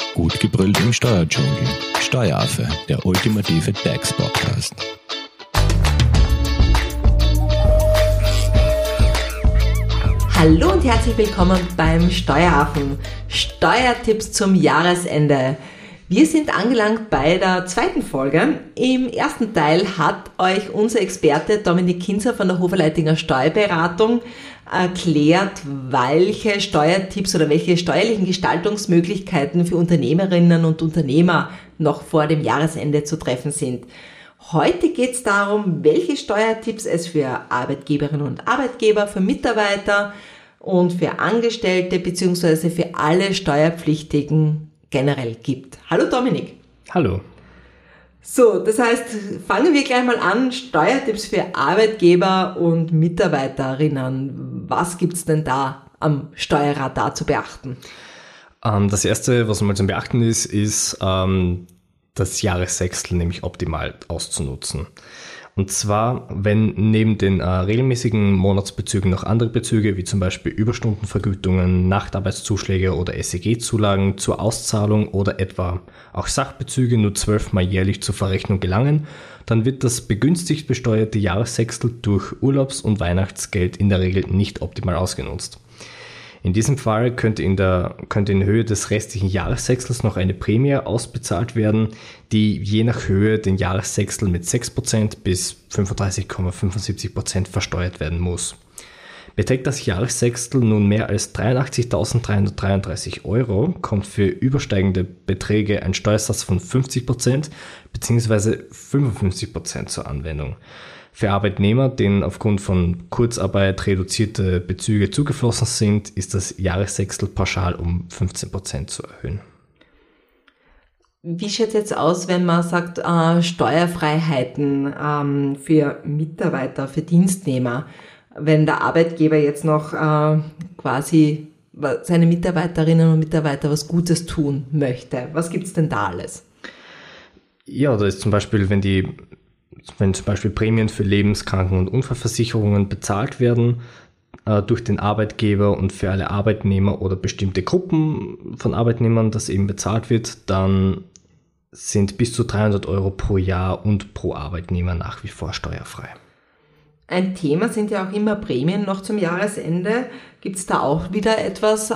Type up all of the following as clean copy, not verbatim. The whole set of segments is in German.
Gut gebrüllt im Steuerdschungel. Steueraffe, der ultimative DAX-Podcast. Hallo und herzlich willkommen beim Steueraffen. Steuertipps zum Jahresende. Wir sind angelangt bei der zweiten Folge. Im ersten Teil hat euch unser Experte Dominik Kinzer von der Hofer-Leitinger Steuerberatung erklärt, welche Steuertipps oder welche steuerlichen Gestaltungsmöglichkeiten für Unternehmerinnen und Unternehmer noch vor dem Jahresende zu treffen sind. Heute geht es darum, welche Steuertipps es für Arbeitgeberinnen und Arbeitgeber, für Mitarbeiter und für Angestellte bzw. für alle Steuerpflichtigen generell gibt. Hallo Dominik. Hallo. So, das heißt, fangen wir gleich mal an. Steuertipps für Arbeitgeber und Mitarbeiterinnen. Was gibt's denn da am Steuerradar zu beachten? Das erste, was mal zu beachten ist, das Jahressechstel nämlich optimal auszunutzen. Und zwar, wenn neben den regelmäßigen Monatsbezügen noch andere Bezüge, wie zum Beispiel Überstundenvergütungen, Nachtarbeitszuschläge oder SEG-Zulagen zur Auszahlung oder etwa auch Sachbezüge nur 12-mal jährlich zur Verrechnung gelangen, dann wird das begünstigt besteuerte Jahressechstel durch Urlaubs- und Weihnachtsgeld in der Regel nicht optimal ausgenutzt. In diesem Fall könnte in Höhe des restlichen Jahressechstels noch eine Prämie ausbezahlt werden, die je nach Höhe den Jahressechstel mit 6% bis 35,75% versteuert werden muss. Beträgt das Jahressechstel nun mehr als 83.333 Euro, kommt für übersteigende Beträge ein Steuersatz von 50% bzw. 55% zur Anwendung. Für Arbeitnehmer, denen aufgrund von Kurzarbeit reduzierte Bezüge zugeflossen sind, ist das Jahressechstel pauschal um 15% zu erhöhen. Wie schaut es jetzt aus, wenn man sagt, Steuerfreiheiten für Mitarbeiter, für Dienstnehmer? Wenn der Arbeitgeber jetzt noch quasi seine Mitarbeiterinnen und Mitarbeiter was Gutes tun möchte, was gibt's denn da alles? Ja, da ist zum Beispiel, wenn zum Beispiel Prämien für Lebenskranken- und Unfallversicherungen bezahlt werden durch den Arbeitgeber und für alle Arbeitnehmer oder bestimmte Gruppen von Arbeitnehmern das eben bezahlt wird, dann sind bis zu 300 Euro pro Jahr und pro Arbeitnehmer nach wie vor steuerfrei. Ein Thema sind ja auch immer Prämien noch zum Jahresende. Gibt es da auch wieder etwas,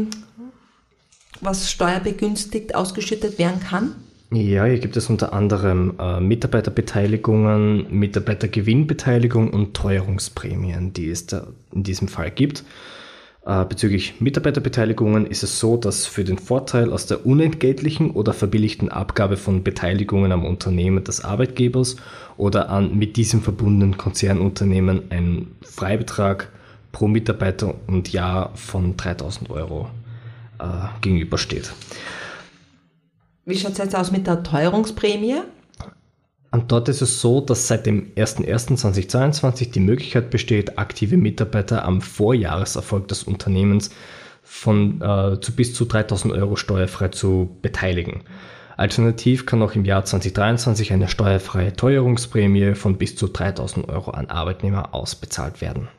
was steuerbegünstigt ausgeschüttet werden kann? Ja, hier gibt es unter anderem Mitarbeiterbeteiligungen, Mitarbeitergewinnbeteiligung und Teuerungsprämien, die es da in diesem Fall gibt. Bezüglich Mitarbeiterbeteiligungen ist es so, dass für den Vorteil aus der unentgeltlichen oder verbilligten Abgabe von Beteiligungen am Unternehmen des Arbeitgebers oder an mit diesem verbundenen Konzernunternehmen ein Freibetrag pro Mitarbeiter und Jahr von 3.000 Euro gegenübersteht. Wie schaut es jetzt aus mit der Teuerungsprämie? Und dort ist es so, dass seit dem 01.01.2022 die Möglichkeit besteht, aktive Mitarbeiter am Vorjahreserfolg des Unternehmens zu bis zu 3.000 Euro steuerfrei zu beteiligen. Alternativ kann auch im Jahr 2023 eine steuerfreie Teuerungsprämie von bis zu 3.000 Euro an Arbeitnehmer ausbezahlt werden.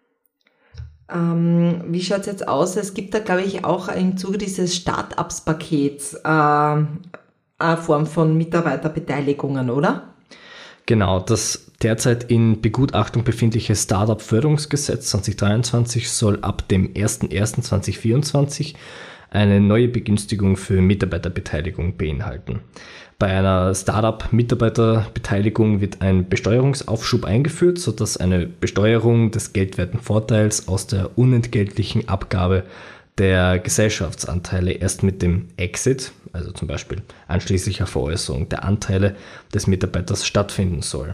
Wie schaut es jetzt aus? Es gibt da, glaube ich, auch im Zuge dieses Start-ups-Pakets eine Form von Mitarbeiterbeteiligungen, oder? Genau, das derzeit in Begutachtung befindliche Startup-Förderungsgesetz 2023 soll ab dem 01.01.2024 eine neue Begünstigung für Mitarbeiterbeteiligung beinhalten. Bei einer Startup-Mitarbeiterbeteiligung wird ein Besteuerungsaufschub eingeführt, sodass eine Besteuerung des geldwerten Vorteils aus der unentgeltlichen Abgabe der Gesellschaftsanteile erst mit dem Exit, also zum Beispiel einschließlicher Veräußerung der Anteile des Mitarbeiters, stattfinden soll.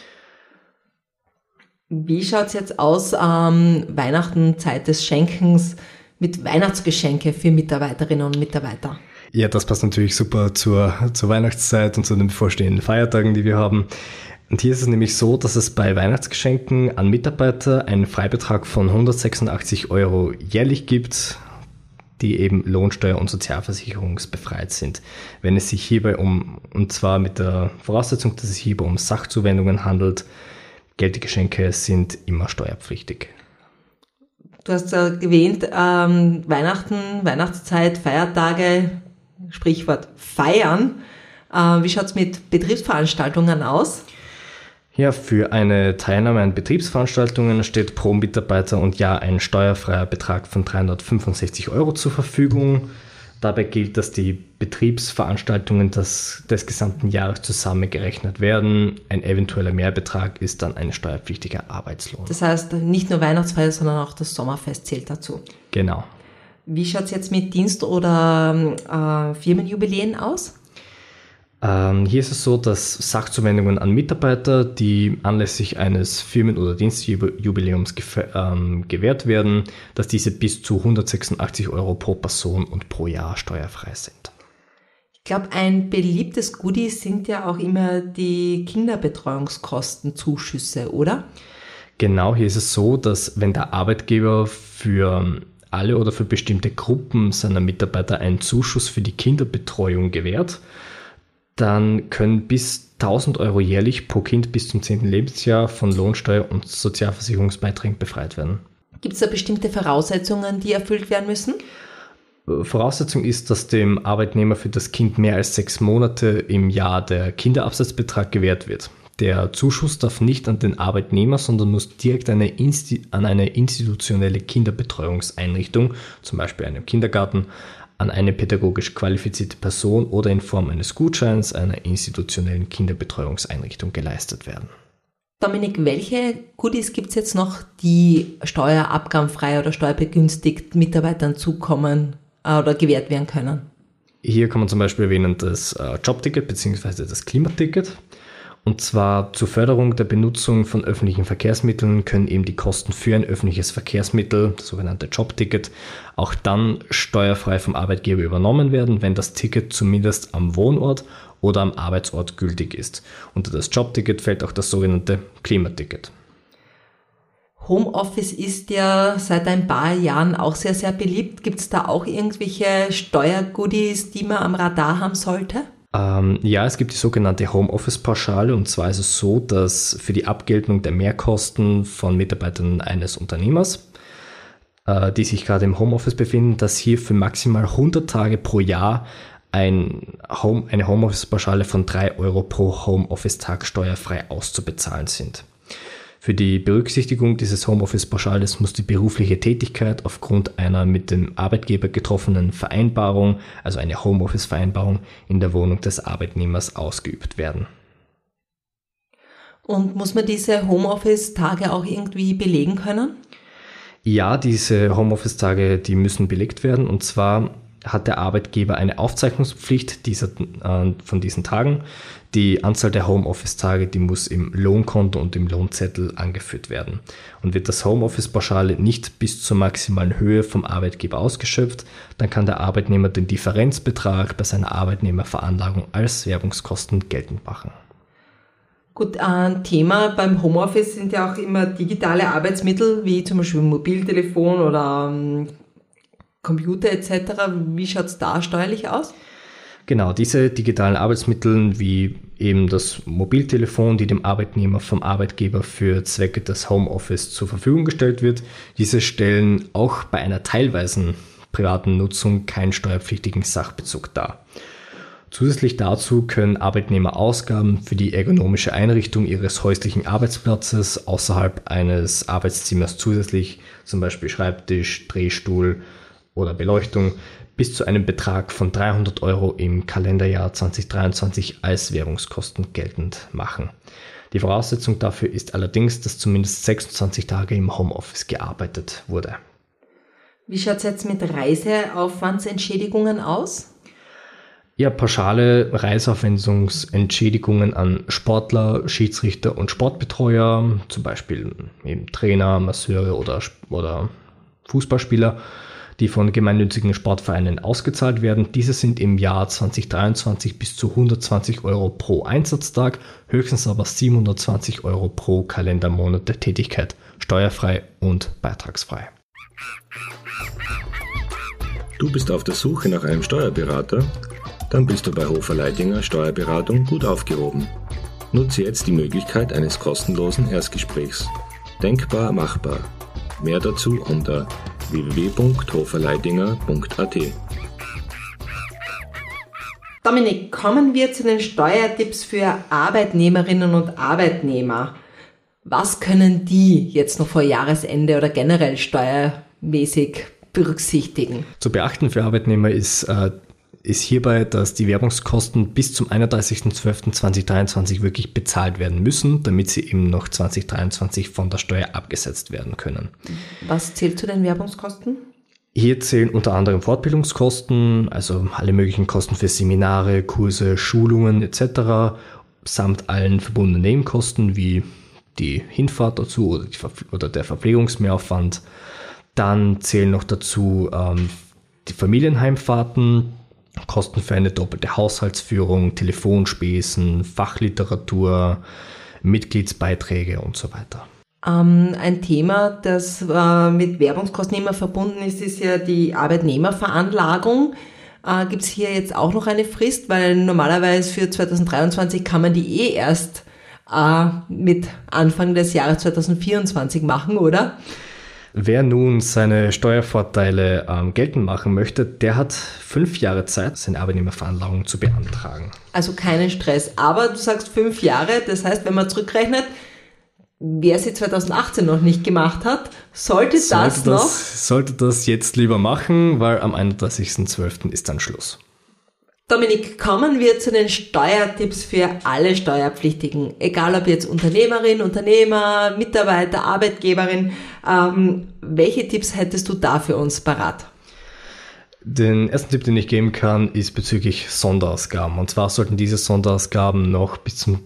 Wie schaut es jetzt aus, Weihnachten, Zeit des Schenkens, mit Weihnachtsgeschenke für Mitarbeiterinnen und Mitarbeiter? Ja, das passt natürlich super zur Weihnachtszeit und zu den bevorstehenden Feiertagen, die wir haben. Und hier ist es nämlich so, dass es bei Weihnachtsgeschenken an Mitarbeiter einen Freibetrag von 186 Euro jährlich gibt, die eben Lohnsteuer- und sozialversicherungsbefreit sind. Wenn es sich hierbei und zwar mit der Voraussetzung, dass es hierbei um Sachzuwendungen handelt, Geldgeschenke sind immer steuerpflichtig. Du hast erwähnt, Weihnachten, Weihnachtszeit, Feiertage Sprichwort feiern. Wie schaut es mit Betriebsveranstaltungen aus? Ja, für eine Teilnahme an Betriebsveranstaltungen steht pro Mitarbeiter und Jahr ein steuerfreier Betrag von 365 € zur Verfügung. Dabei gilt, dass die Betriebsveranstaltungen des gesamten Jahres zusammengerechnet werden. Ein eventueller Mehrbetrag ist dann ein steuerpflichtiger Arbeitslohn. Das heißt, nicht nur Weihnachtsfeier, sondern auch das Sommerfest zählt dazu. Genau. Wie schaut es jetzt mit Dienst- oder Firmenjubiläen aus? Hier ist es so, dass Sachzuwendungen an Mitarbeiter, die anlässlich eines Firmen- oder Dienstjubiläums gewährt werden, dass diese bis zu 186 € pro Person und pro Jahr steuerfrei sind. Ich glaube, ein beliebtes Goodie sind ja auch immer die Kinderbetreuungskostenzuschüsse, oder? Genau, hier ist es so, dass wenn der Arbeitgeber für alle oder für bestimmte Gruppen seiner Mitarbeiter einen Zuschuss für die Kinderbetreuung gewährt, dann können bis 1.000 € jährlich pro Kind bis zum 10. Lebensjahr von Lohnsteuer und Sozialversicherungsbeiträgen befreit werden. Gibt es da bestimmte Voraussetzungen, die erfüllt werden müssen? Voraussetzung ist, dass dem Arbeitnehmer für das Kind mehr als 6 Monate im Jahr der Kinderabsatzbetrag gewährt wird. Der Zuschuss darf nicht an den Arbeitnehmer, sondern muss direkt an eine institutionelle Kinderbetreuungseinrichtung, zum Beispiel einem Kindergarten, an eine pädagogisch qualifizierte Person oder in Form eines Gutscheins einer institutionellen Kinderbetreuungseinrichtung geleistet werden. Dominik, welche Goodies gibt es jetzt noch, die steuerabgabenfrei oder steuerbegünstigt Mitarbeitern zukommen oder gewährt werden können? Hier kann man zum Beispiel erwähnen das Jobticket bzw. das Klimaticket. Und zwar zur Förderung der Benutzung von öffentlichen Verkehrsmitteln können eben die Kosten für ein öffentliches Verkehrsmittel, das sogenannte Jobticket, auch dann steuerfrei vom Arbeitgeber übernommen werden, wenn das Ticket zumindest am Wohnort oder am Arbeitsort gültig ist. Unter das Jobticket fällt auch das sogenannte Klimaticket. Homeoffice ist ja seit ein paar Jahren auch sehr, sehr beliebt. Gibt es da auch irgendwelche Steuergoodies, die man am Radar haben sollte? Ja, es gibt die sogenannte Homeoffice-Pauschale, und zwar ist es so, dass für die Abgeltung der Mehrkosten von Mitarbeitern eines Unternehmers, die sich gerade im Homeoffice befinden, dass hier für maximal 100 Tage pro Jahr eine Homeoffice-Pauschale von 3 € pro Homeoffice-Tag steuerfrei auszubezahlen sind. Für die Berücksichtigung dieses Homeoffice-Pauschales muss die berufliche Tätigkeit aufgrund einer mit dem Arbeitgeber getroffenen Vereinbarung, also eine Homeoffice-Vereinbarung, in der Wohnung des Arbeitnehmers ausgeübt werden. Und muss man diese Homeoffice-Tage auch irgendwie belegen können? Ja, diese Homeoffice-Tage, die müssen belegt werden, und zwar hat der Arbeitgeber eine Aufzeichnungspflicht von diesen Tagen. Die Anzahl der Homeoffice-Tage, die muss im Lohnkonto und im Lohnzettel angeführt werden. Und wird das Homeoffice-Pauschale nicht bis zur maximalen Höhe vom Arbeitgeber ausgeschöpft, dann kann der Arbeitnehmer den Differenzbetrag bei seiner Arbeitnehmerveranlagung als Werbungskosten geltend machen. Gut, ein Thema beim Homeoffice sind ja auch immer digitale Arbeitsmittel, wie zum Beispiel Mobiltelefon oder Computer etc. Wie schaut es da steuerlich aus? Genau, diese digitalen Arbeitsmittel wie eben das Mobiltelefon, die dem Arbeitnehmer vom Arbeitgeber für Zwecke des Homeoffice zur Verfügung gestellt wird, diese stellen auch bei einer teilweisen privaten Nutzung keinen steuerpflichtigen Sachbezug dar. Zusätzlich dazu können Arbeitnehmer Ausgaben für die ergonomische Einrichtung ihres häuslichen Arbeitsplatzes außerhalb eines Arbeitszimmers zusätzlich, zum Beispiel Schreibtisch, Drehstuhl oder Beleuchtung, bis zu einem Betrag von 300 € im Kalenderjahr 2023 als Währungskosten geltend machen. Die Voraussetzung dafür ist allerdings, dass zumindest 26 Tage im Homeoffice gearbeitet wurde. Wie schaut es jetzt mit Reiseaufwandsentschädigungen aus? Ja, pauschale Reiseaufwendungsentschädigungen an Sportler, Schiedsrichter und Sportbetreuer, zum Beispiel eben Trainer, Masseure oder Fußballspieler, die von gemeinnützigen Sportvereinen ausgezahlt werden. Diese sind im Jahr 2023 bis zu 120 € pro Einsatztag, höchstens aber 720 € pro Kalendermonat der Tätigkeit, steuerfrei und beitragsfrei. Du bist auf der Suche nach einem Steuerberater? Dann bist du bei Hofer Leidinger Steuerberatung gut aufgehoben. Nutze jetzt die Möglichkeit eines kostenlosen Erstgesprächs. Denkbar machbar. Mehr dazu unter www.hoferleidinger.at. Dominik, kommen wir zu den Steuertipps für Arbeitnehmerinnen und Arbeitnehmer. Was können die jetzt noch vor Jahresende oder generell steuermäßig berücksichtigen? Zu beachten für Arbeitnehmer ist hierbei, dass die Werbungskosten bis zum 31.12.2023 wirklich bezahlt werden müssen, damit sie eben noch 2023 von der Steuer abgesetzt werden können. Was zählt zu den Werbungskosten? Hier zählen unter anderem Fortbildungskosten, also alle möglichen Kosten für Seminare, Kurse, Schulungen etc. samt allen verbundenen Nebenkosten wie die Hinfahrt dazu oder der Verpflegungsmehraufwand. Dann zählen noch dazu die Familienheimfahrten, Kosten für eine doppelte Haushaltsführung, Telefonspesen, Fachliteratur, Mitgliedsbeiträge und so weiter. Ein Thema, das mit Werbungskosten immer verbunden ist ja die Arbeitnehmerveranlagung. Gibt es hier jetzt auch noch eine Frist? Weil normalerweise für 2023 kann man die erst mit Anfang des Jahres 2024 machen, oder? Wer nun seine Steuervorteile geltend machen möchte, der hat 5 Jahre Zeit, seine Arbeitnehmerveranlagung zu beantragen. Also keinen Stress. Aber du sagst 5 Jahre, das heißt, wenn man zurückrechnet, wer sie 2018 noch nicht gemacht hat, sollte das jetzt lieber machen, weil am 31.12. ist dann Schluss. Dominik, kommen wir zu den Steuertipps für alle Steuerpflichtigen, egal ob jetzt Unternehmerin, Unternehmer, Mitarbeiter, Arbeitgeberin. Welche Tipps hättest du da für uns parat? Den ersten Tipp, den ich geben kann, ist bezüglich Sonderausgaben. Und zwar sollten diese Sonderausgaben noch bis zum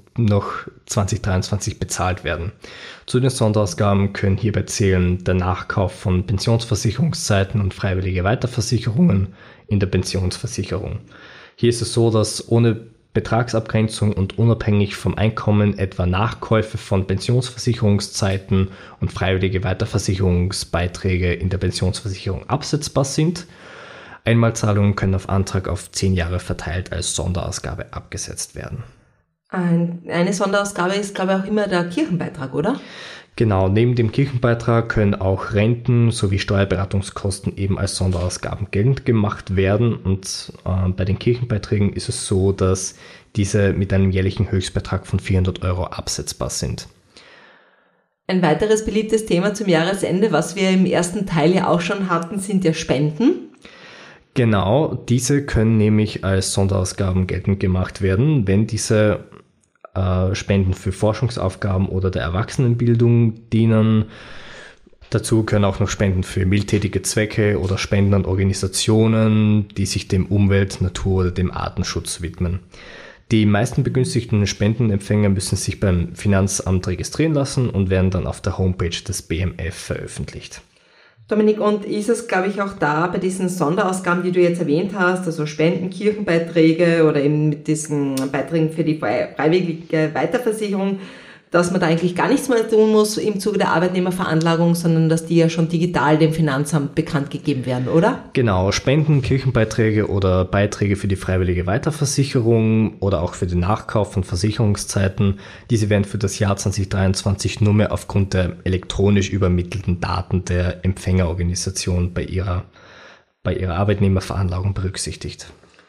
2023 bezahlt werden. Zu den Sonderausgaben können hierbei zählen der Nachkauf von Pensionsversicherungszeiten und freiwillige Weiterversicherungen in der Pensionsversicherung. Hier ist es so, dass ohne Betragsabgrenzung und unabhängig vom Einkommen etwa Nachkäufe von Pensionsversicherungszeiten und freiwillige Weiterversicherungsbeiträge in der Pensionsversicherung absetzbar sind. Einmalzahlungen können auf Antrag auf 10 Jahre verteilt als Sonderausgabe abgesetzt werden. Eine Sonderausgabe ist, glaube ich, auch immer der Kirchenbeitrag, oder? Genau, neben dem Kirchenbeitrag können auch Renten sowie Steuerberatungskosten eben als Sonderausgaben geltend gemacht werden. Und bei den Kirchenbeiträgen ist es so, dass diese mit einem jährlichen Höchstbetrag von 400 € absetzbar sind. Ein weiteres beliebtes Thema zum Jahresende, was wir im ersten Teil ja auch schon hatten, sind ja Spenden. Genau, diese können nämlich als Sonderausgaben geltend gemacht werden, wenn diese Spenden für Forschungsaufgaben oder der Erwachsenenbildung dienen. Dazu können auch noch Spenden für mildtätige Zwecke oder Spenden an Organisationen, die sich dem Umwelt-, Natur- oder dem Artenschutz widmen. Die meisten begünstigten Spendenempfänger müssen sich beim Finanzamt registrieren lassen und werden dann auf der Homepage des BMF veröffentlicht. Dominik, und ist es, glaube ich, auch da bei diesen Sonderausgaben, die du jetzt erwähnt hast, also Spenden, Kirchenbeiträge oder eben mit diesen Beiträgen für die freiwillige Weiterversicherung, dass man da eigentlich gar nichts mehr tun muss im Zuge der Arbeitnehmerveranlagung, sondern dass die ja schon digital dem Finanzamt bekannt gegeben werden, oder? Genau, Spenden, Kirchenbeiträge oder Beiträge für die freiwillige Weiterversicherung oder auch für den Nachkauf von Versicherungszeiten, diese werden für das Jahr 2023 nur mehr aufgrund der elektronisch übermittelten Daten der Empfängerorganisation bei ihrer Arbeitnehmerveranlagung berücksichtigt.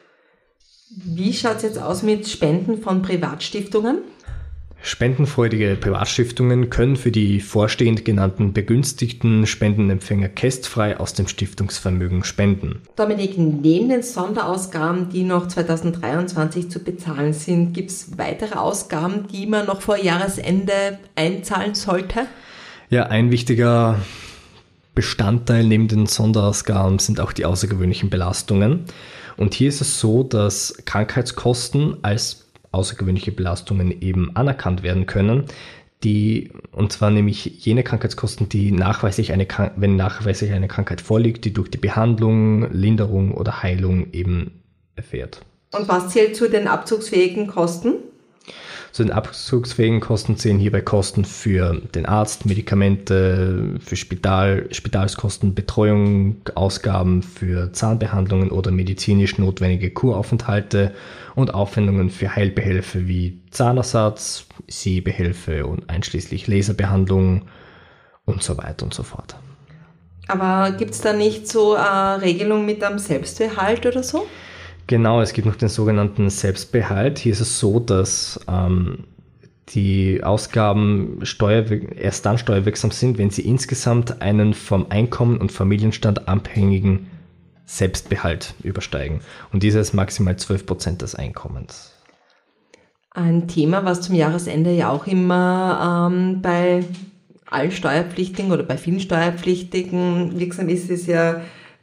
Wie schaut es jetzt aus mit Spenden von Privatstiftungen? Spendenfreudige Privatstiftungen können für die vorstehend genannten begünstigten Spendenempfänger kästfrei aus dem Stiftungsvermögen spenden. Dominik, neben den Sonderausgaben, die noch 2023 zu bezahlen sind, gibt es weitere Ausgaben, die man noch vor Jahresende einzahlen sollte? Ja, ein wichtiger Bestandteil neben den Sonderausgaben sind auch die außergewöhnlichen Belastungen. Und hier ist es so, dass Krankheitskosten als außergewöhnliche Belastungen eben anerkannt werden können, und zwar nämlich jene Krankheitskosten, die wenn nachweislich eine Krankheit vorliegt, die durch die Behandlung, Linderung oder Heilung eben erfährt. Und was zählt zu den abzugsfähigen Kosten? Zu den abzugsfähigen Kosten zählen hierbei Kosten für den Arzt, Medikamente, für Spitalskosten, Betreuung, Ausgaben für Zahnbehandlungen oder medizinisch notwendige Kuraufenthalte und Aufwendungen für Heilbehelfe wie Zahnersatz, Sehbehelfe und einschließlich Laserbehandlung und so weiter und so fort. Aber gibt es da nicht so eine Regelung mit einem Selbstbehalt oder so? Genau, es gibt noch den sogenannten Selbstbehalt. Hier ist es so, dass die Ausgaben erst dann steuerwirksam sind, wenn sie insgesamt einen vom Einkommen und Familienstand abhängigen Selbstbehalt übersteigen. Und dieser ist maximal 12% des Einkommens. Ein Thema, was zum Jahresende ja auch immer bei allen Steuerpflichtigen oder bei vielen Steuerpflichtigen wirksam ist, ist ja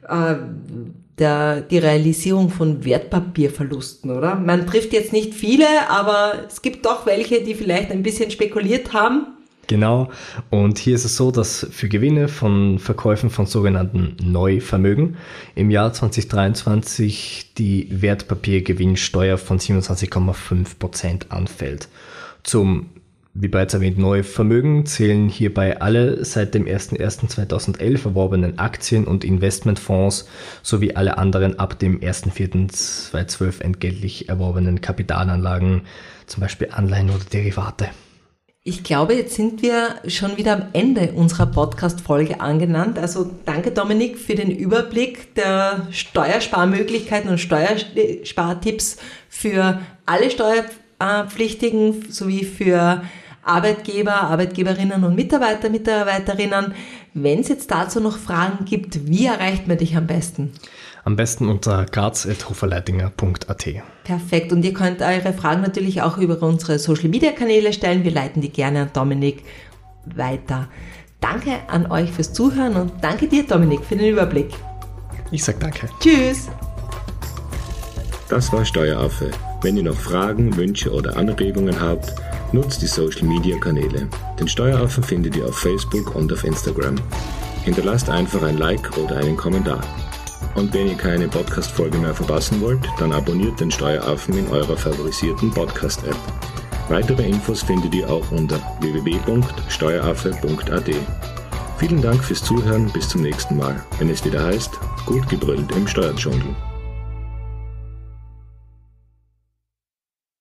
die Realisierung von Wertpapierverlusten, oder? Man trifft jetzt nicht viele, aber es gibt doch welche, die vielleicht ein bisschen spekuliert haben. Genau, und hier ist es so, dass für Gewinne von Verkäufen von sogenannten Neuvermögen im Jahr 2023 die Wertpapiergewinnsteuer von 27,5% anfällt. Zum, wie bereits erwähnt, Neuvermögen zählen hierbei alle seit dem 01.01.2011 erworbenen Aktien- und Investmentfonds sowie alle anderen ab dem 01.04.2012 entgeltlich erworbenen Kapitalanlagen, zum Beispiel Anleihen oder Derivate. Ich glaube, jetzt sind wir schon wieder am Ende unserer Podcast-Folge angelangt. Also danke, Dominik, für den Überblick der Steuersparmöglichkeiten und Steuerspartipps für alle Steuerpflichtigen sowie für Arbeitgeber, Arbeitgeberinnen und Mitarbeiter, Mitarbeiterinnen. Wenn es jetzt dazu noch Fragen gibt, wie erreicht man dich am besten? Am besten unter graz@hoferleitinger.at. Perfekt. Und ihr könnt eure Fragen natürlich auch über unsere Social-Media-Kanäle stellen. Wir leiten die gerne an Dominik weiter. Danke an euch fürs Zuhören und danke dir, Dominik, für den Überblick. Ich sag danke. Tschüss. Das war Steueraffe. Wenn ihr noch Fragen, Wünsche oder Anregungen habt, nutzt die Social-Media-Kanäle. Den Steueraffen findet ihr auf Facebook und auf Instagram. Hinterlasst einfach ein Like oder einen Kommentar. Und wenn ihr keine Podcast-Folge mehr verpassen wollt, dann abonniert den Steueraffen in eurer favorisierten Podcast-App. Weitere Infos findet ihr auch unter www.steueraffe.at. Vielen Dank fürs Zuhören, bis zum nächsten Mal, wenn es wieder heißt, gut gebrüllt im Steuerdschungel.